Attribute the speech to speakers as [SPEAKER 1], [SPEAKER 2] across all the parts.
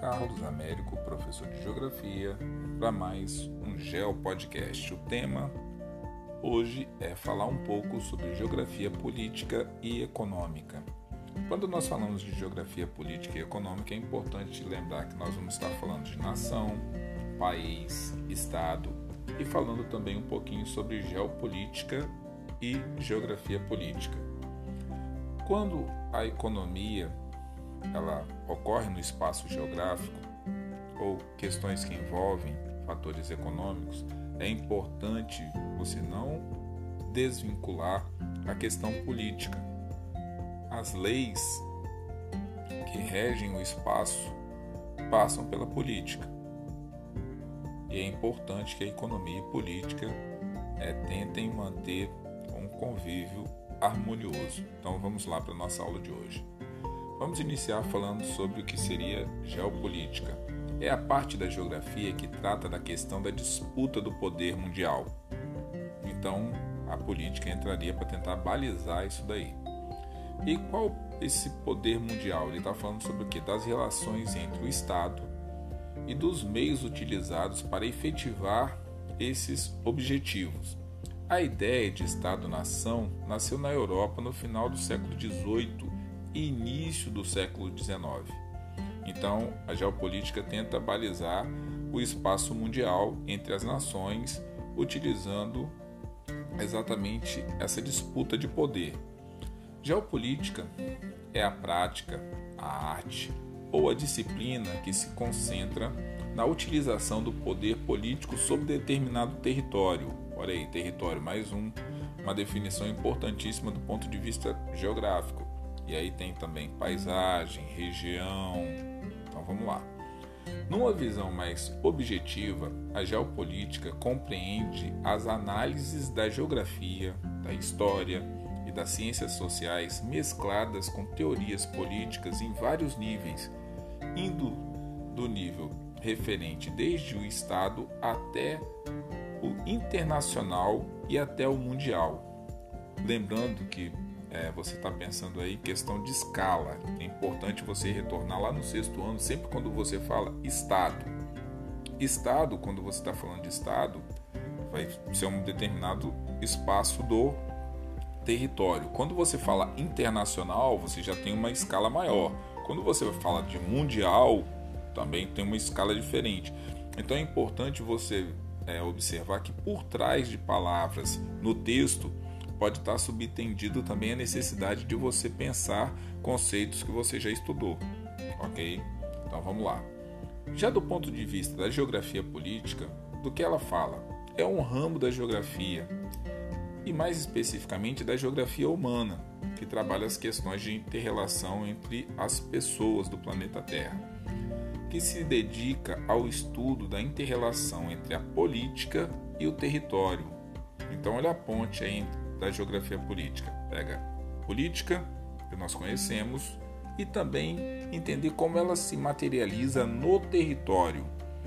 [SPEAKER 1] Carlos Américo, professor de Geografia, para mais um GeoPodcast. O tema hoje é falar um pouco sobre geografia política e econômica. Quando nós falamos de geografia política e econômica, é importante lembrar que nós vamos estar falando de nação, país, estado e falando também um pouquinho sobre geopolítica e geografia política. Quando a economia ela ocorre no espaço geográfico ou questões que envolvem fatores econômicos, é importante você não desvincular a questão política. As leis que regem o espaço passam pela política. E é importante que a economia e política tentem manter um convívio harmonioso. Então vamos lá para a nossa aula de hoje. Vamos iniciar falando sobre o que seria geopolítica. É a parte da geografia que trata da questão da disputa do poder mundial. Então, a política entraria para tentar balizar isso daí. E qual esse poder mundial? Ele está falando sobre o quê? Das relações entre o Estado e dos meios utilizados para efetivar esses objetivos. A ideia de Estado-nação nasceu na Europa no final do século XVIII e início do século XIX. Então, a geopolítica tenta balizar o espaço mundial entre as nações, utilizando exatamente essa disputa de poder. Geopolítica é a prática, a arte ou a disciplina que se concentra na utilização do poder político sobre determinado território. Olha aí, território, mais uma definição importantíssima do ponto de vista geográfico. E aí tem também paisagem, região. Então vamos lá. Numa visão mais objetiva, a geopolítica compreende as análises da geografia, da história e das ciências sociais mescladas com teorias políticas em vários níveis, indo do nível referente desde o Estado até o internacional e até o mundial. Lembrando que você está pensando aí em questão de escala. É importante você retornar lá no sexto ano, sempre quando você fala Estado. Estado, quando você está falando de Estado, vai ser um determinado espaço do território. Quando você fala internacional, você já tem uma escala maior. Quando você fala de mundial, também tem uma escala diferente. Então é importante você observar que por trás de palavras no texto pode estar subentendido também a necessidade de você pensar conceitos que você já estudou, ok? Então vamos lá. Já do ponto de vista da geografia política, do que ela fala? É um ramo da geografia, e mais especificamente da geografia humana, que trabalha as questões de inter-relação entre as pessoas do planeta Terra, que se dedica ao estudo da inter-relação entre a política e o território. Então olha a ponte aí da geografia política. Pega política, que nós conhecemos, e também entender como ela se materializa no território.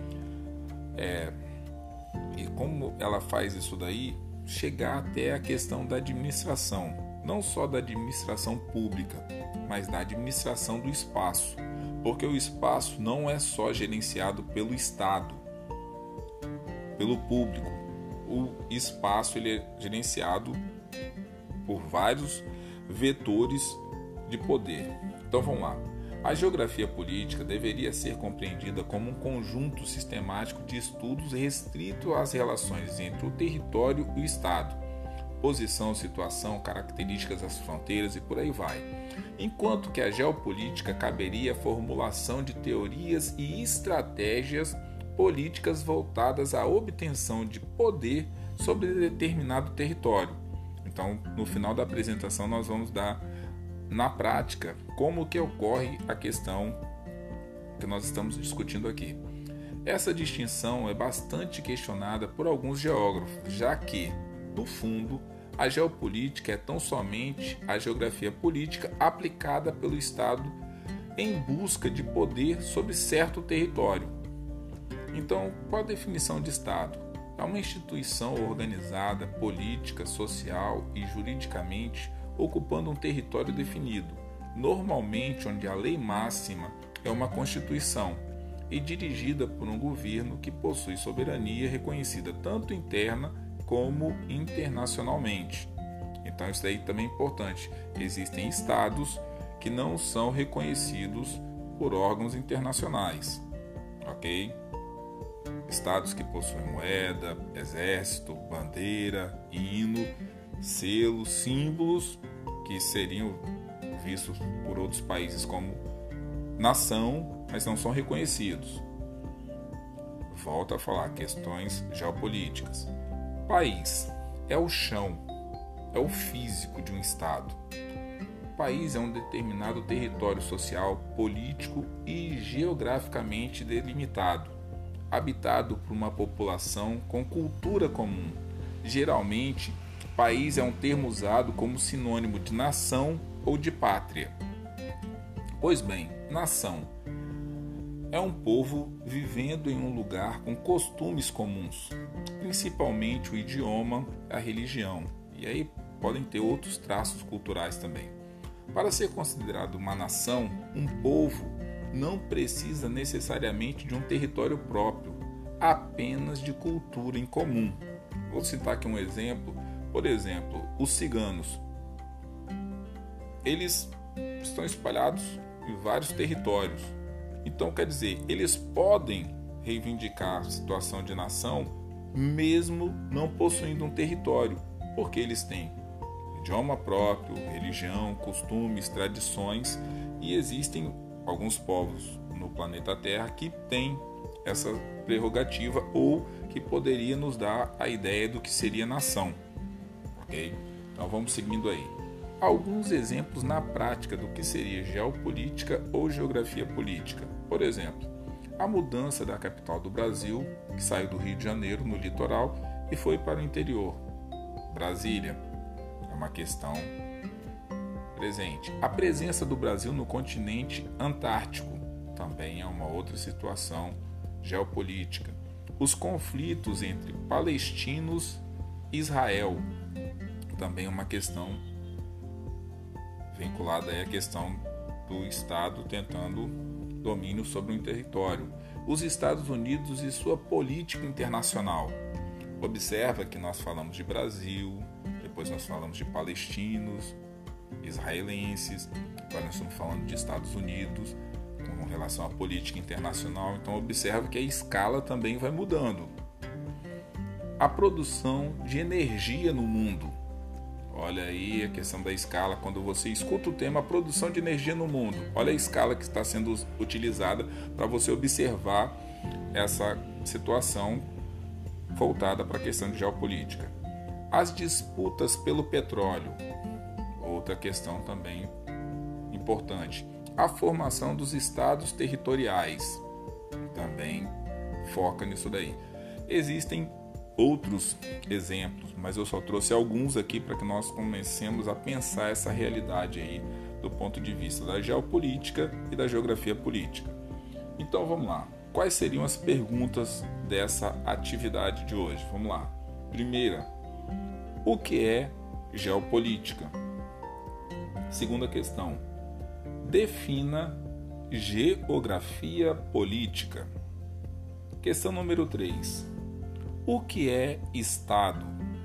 [SPEAKER 1] E como ela faz isso daí, chegar até a questão da administração, não só da administração pública, mas da administração do espaço, porque o espaço não é só gerenciado pelo Estado, pelo público. O espaço ele é gerenciado por vários vetores de poder. Então vamos lá. A geografia política deveria ser compreendida como um conjunto sistemático de estudos restrito às relações entre o território e o Estado, posição, situação, características das fronteiras e por aí vai. Enquanto que a geopolítica caberia a formulação de teorias e estratégias políticas voltadas à obtenção de poder sobre determinado território. Então, no final da apresentação, nós vamos dar, na prática, como que ocorre a questão que nós estamos discutindo aqui. Essa distinção é bastante questionada por alguns geógrafos, já que, no fundo, a geopolítica é tão somente a geografia política aplicada pelo Estado em busca de poder sobre certo território. Então, qual a definição de Estado? É uma instituição organizada política, social e juridicamente ocupando um território definido, normalmente onde a lei máxima é uma Constituição, e dirigida por um governo que possui soberania reconhecida tanto interna como internacionalmente. Então isso daí também é importante. Existem estados que não são reconhecidos por órgãos internacionais, ok? Estados que possuem moeda, exército, bandeira, hino, selos, símbolos que seriam vistos por outros países como nação, mas não são reconhecidos. Volto a falar, questões geopolíticas. País é o chão, é o físico de um estado. O país é um determinado território social, político e geograficamente delimitado, habitado por uma população com cultura comum. Geralmente, país é um termo usado como sinônimo de nação ou de pátria. Pois bem, nação é um povo vivendo em um lugar com costumes comuns, principalmente o idioma, a religião, e aí podem ter outros traços culturais também. Para ser considerado uma nação, um povo não precisa necessariamente de um território próprio, apenas de cultura em comum. Vou citar aqui um exemplo. Por exemplo, os ciganos. Eles estão espalhados em vários territórios. Então, quer dizer, eles podem reivindicar a situação de nação mesmo não possuindo um território, porque eles têm idioma próprio, religião, costumes, tradições, e existem alguns povos no planeta Terra que têm essa prerrogativa ou que poderia nos dar a ideia do que seria nação. Ok? Então vamos seguindo aí. Alguns exemplos na prática do que seria geopolítica ou geografia política. Por exemplo, a mudança da capital do Brasil, que saiu do Rio de Janeiro, no litoral, e foi para o interior. Brasília é uma questão presente. A presença do Brasil no continente antártico também é uma outra situação geopolítica. Os conflitos entre palestinos e Israel também é uma questão vinculada à questão do Estado tentando domínio sobre um território. Os Estados Unidos e sua política internacional. Observa que nós falamos de Brasil, depois nós falamos de palestinos, israelenses, agora nós estamos falando de Estados Unidos com relação à política internacional. Então observa que a escala também vai mudando. A produção de energia no mundo. Olha aí a questão da escala, quando você escuta o tema produção de energia no mundo, olha a escala que está sendo utilizada para você observar essa situação voltada para a questão de geopolítica. As disputas pelo petróleo, outra questão também importante. A formação dos estados territoriais, também foca nisso daí. Existem outros exemplos, mas eu só trouxe alguns aqui para que nós comecemos a pensar essa realidade aí do ponto de vista da geopolítica e da geografia política. Então vamos lá. Quais seriam as perguntas dessa atividade de hoje? Vamos lá. Primeira, o que é geopolítica? Segunda questão, defina geografia política. Questão número 3. O que é Estado?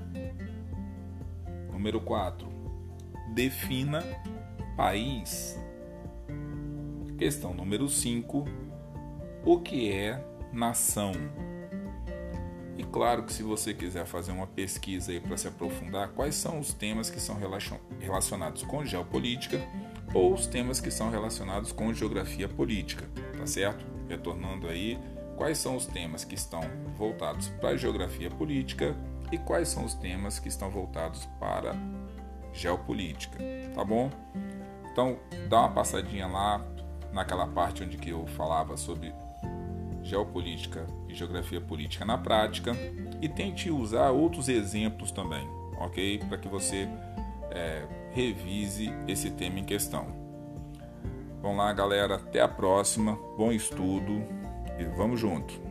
[SPEAKER 1] Número 4. Defina país. Questão número 5. O que é nação? E claro que se você quiser fazer uma pesquisa aí para se aprofundar, quais são os temas que são relacionados com geopolítica ou os temas que são relacionados com geografia política, tá certo? Retornando aí, quais são os temas que estão voltados para a geografia política e quais são os temas que estão voltados para geopolítica, tá bom? Então, dá uma passadinha lá naquela parte onde que eu falava sobre geopolítica e geografia política na prática e tente usar outros exemplos também, ok? Para que você revise esse tema em questão. Vamos lá, galera, até a próxima, bom estudo e vamos junto!